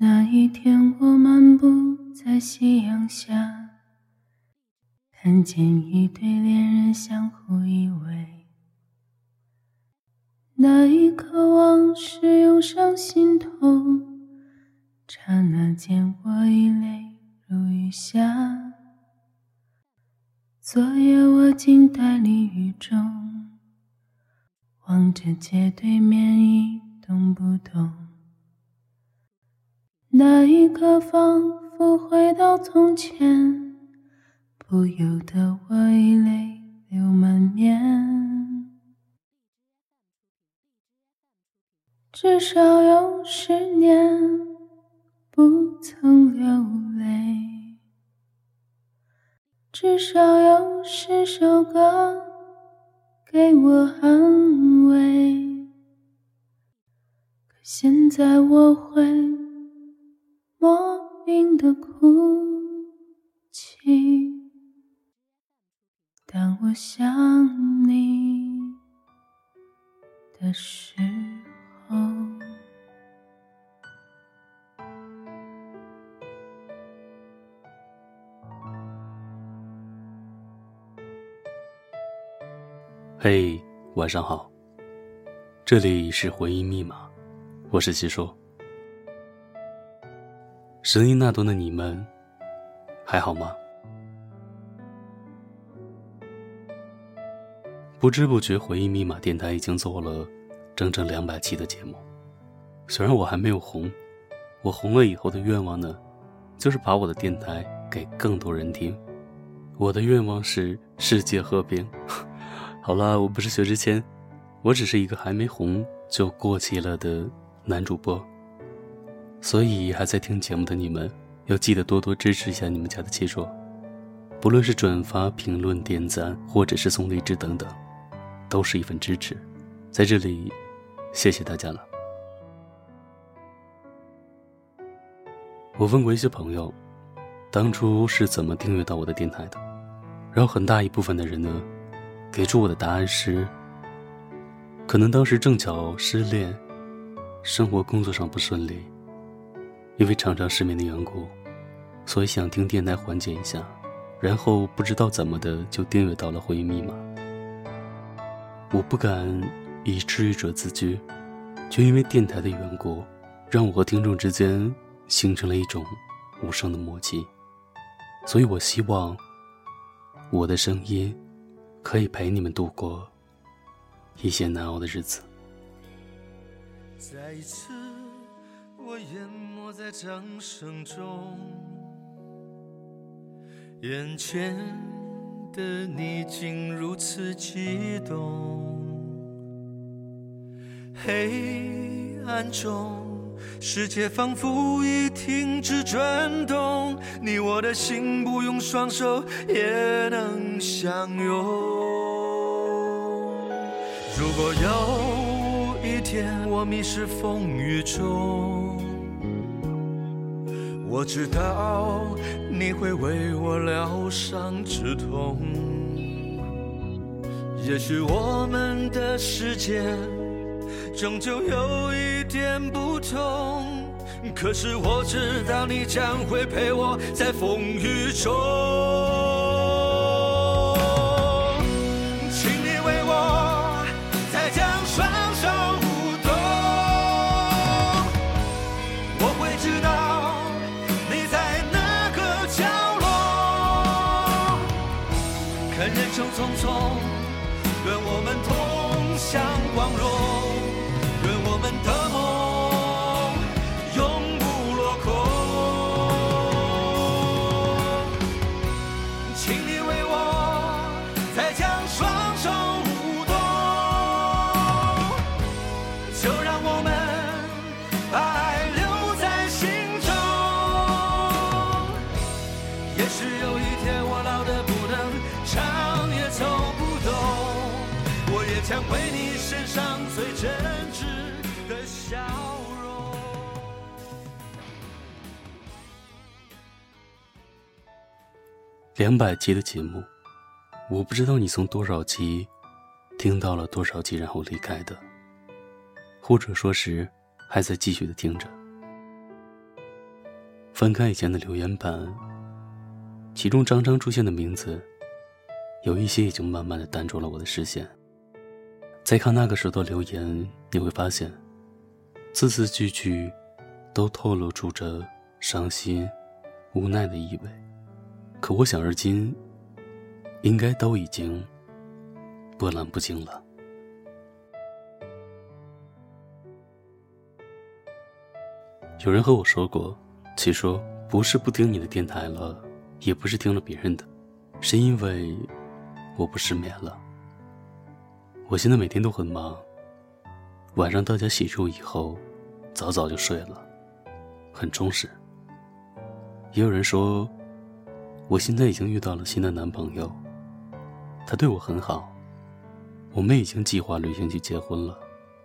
那一天我漫步在夕阳下，看见一对恋人相互依偎，那一刻往事涌上心头，刹那间我已泪如雨下。昨夜我静待离雨中，望着街对面一动不动，那一刻仿佛回到从前，不由得我已泪流满面。至少有10年不曾流泪，至少有10首歌给我安慰，可现在我会莫名的哭泣，当我想你的时候。 嘿，晚上好，这里是回忆密码，我是西说。声音那端的你们还好吗？不知不觉回忆密码电台已经做了整整200期的节目。虽然我还没有红，我红了以后的愿望呢，就是把我的电台给更多人听。我的愿望是世界和平。好了，我不是薛之谦，我只是一个还没红就过气了的男主播。所以还在听节目的你们，要记得多多支持一下你们家的七说，不论是转发、评论、点赞，或者是送荔枝等等，都是一份支持。在这里，谢谢大家了。我问过一些朋友，当初是怎么订阅到我的电台的，然后很大一部分的人呢，给出我的答案是，可能当时正巧失恋，生活工作上不顺利，因为常常失眠的缘故，所以想听电台缓解一下，然后不知道怎么的就订阅到了回忆密码。我不敢以治愈者自居，却因为电台的缘故，让我和听众之间形成了一种无声的默契。所以我希望我的声音可以陪你们度过一些难熬的日子。 再一次我淹没在掌声中，眼前的你竟如此激动，黑暗中世界仿佛已停止转动，你我的心不用双手也能相拥。如果有一天我迷失风雨中，我知道你会为我疗伤止痛。也许我们的世界终究有一点不同，可是我知道你将会陪我在风雨中。请你为我再将双手舞动，我会知道你在哪个角落。看人生匆匆，愿我们同向光荣，愿我们的梦永不落空。请你为我再将双手舞动，就让我们把爱留在心中。也许有一天我老得不能唱也走不动，我也将为你身上最真挚的笑容。 200期的节目，我不知道你从多少期听到了多少期然后离开的，或者说是还在继续的听着。 翻看以前的留言板，其中常常出现的名字，有一些已经慢慢的淡出了我的视线。再看那个时的留言，你会发现字字句句都透露出着伤心无奈的意味，可我想而今应该都已经波澜不惊了。有人和我说过，其实不是不听你的电台了，也不是听了别人的，是因为我不失眠了。我现在每天都很忙，晚上大家洗漱以后早早就睡了，很充实。也有人说我现在已经遇到了新的男朋友，他对我很好，我们已经计划旅行去结婚了。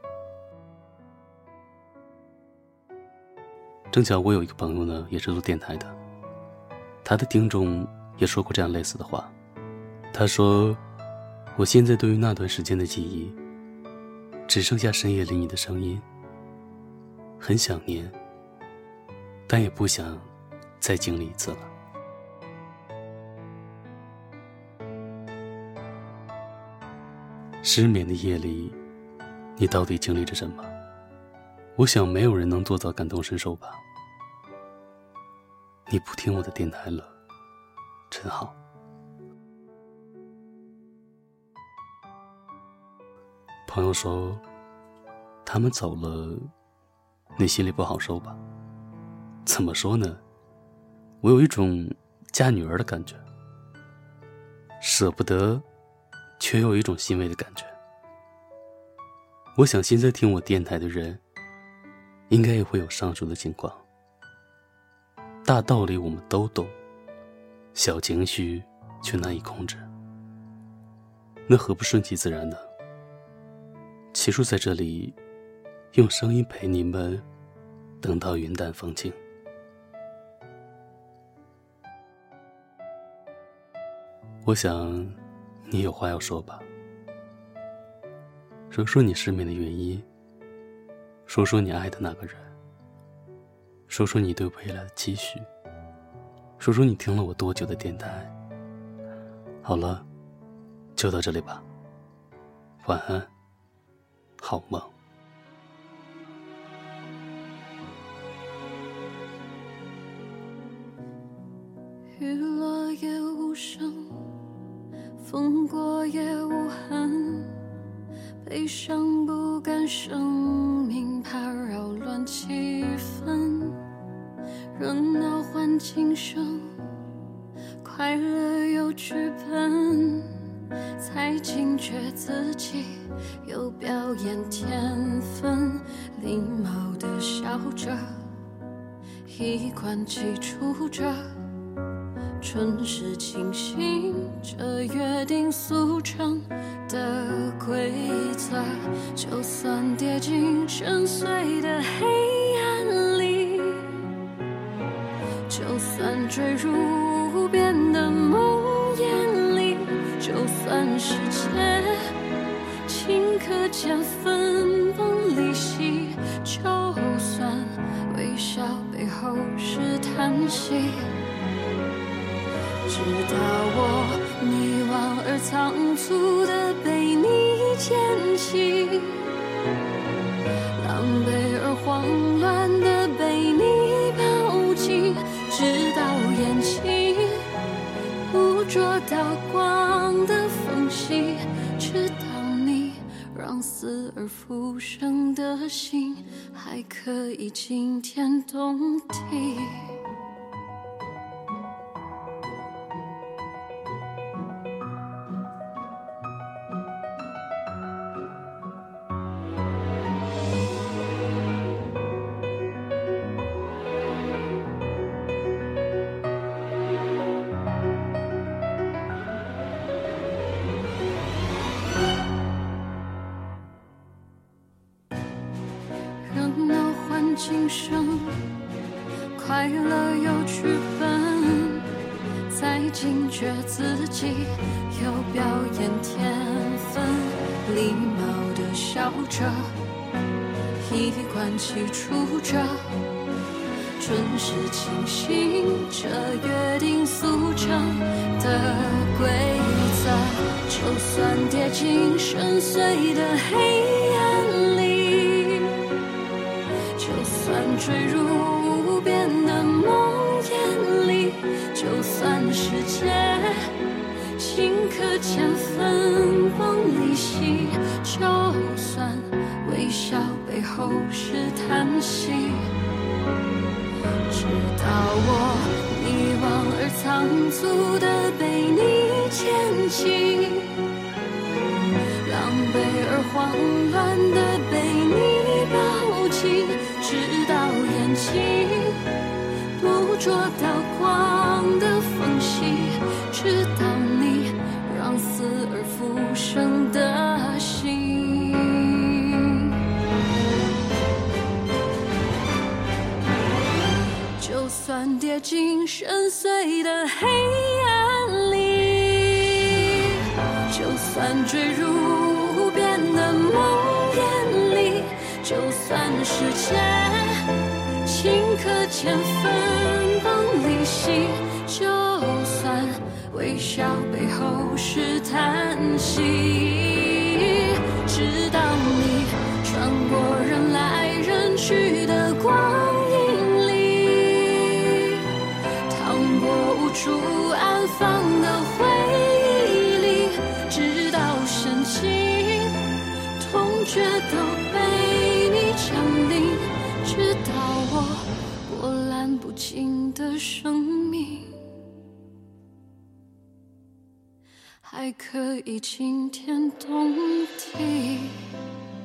正巧我有一个朋友呢，也是做电台的，他的听众也说过这样类似的话。他说，我现在对于那段时间的记忆，只剩下深夜里你的声音，很想念，但也不想再经历一次了。失眠的夜里，你到底经历着什么？我想没有人能做到感同身受吧。你不听我的电台了，真好。朋友说他们走了，你心里不好受吧？怎么说呢，我有一种嫁女儿的感觉，舍不得却又有一种欣慰的感觉。我想现在听我电台的人应该也会有上述的情况。大道理我们都懂，小情绪却难以控制，那何不顺其自然呢？齐叔在这里用声音陪你们等到云淡风轻。我想你有话要说吧，说说你失眠的原因，说说你爱的那个人，说说你对未来的期许，说说你听了我多久的电台。好了，就到这里吧，晚安，好梦。 雨落也无声，风过也无痕，悲伤不甘生命，怕扰乱气氛，热闹换轻声，快乐有剧本，才惊觉自己有表演天分，礼貌地笑着，衣冠齐出着，准时清醒，这约定俗成的规则，就算跌进深邃的黑暗里，就算坠入无边的梦魇里，就算世界顷刻间分崩离析，就算微笑背后是叹息，直到我迷惘而仓促地被你捡起，狼狈而慌乱地被你抱紧，直到眼睛捕捉到光的缝隙，直到你让死而复生的心还可以惊天动地。热闹换轻声，快乐有剧本，才惊觉自己有表演天分，礼貌地笑着，衣冠齐出着， 准时清醒，这约定俗成的规则。就算跌进深邃的黑暗里，就算坠入无边的梦魇里，就算世界顷刻间分崩离析，就算微笑背后是叹息，直到我迷惘而仓促地被你牵起，狼狈而慌乱地被你抱紧，直到眼睛捕捉到光的缝隙，直到你让死而复生的心。就算跌进深邃的黑暗里，就算坠入无边的梦魇里，就算世界顷刻间分崩离析，就算微笑背后是叹息，直到你穿过人来人去的光影里，趟过无处安放的回忆里，直到深情痛觉都被你降临，直到我波澜不惊的生命还可以惊天动地。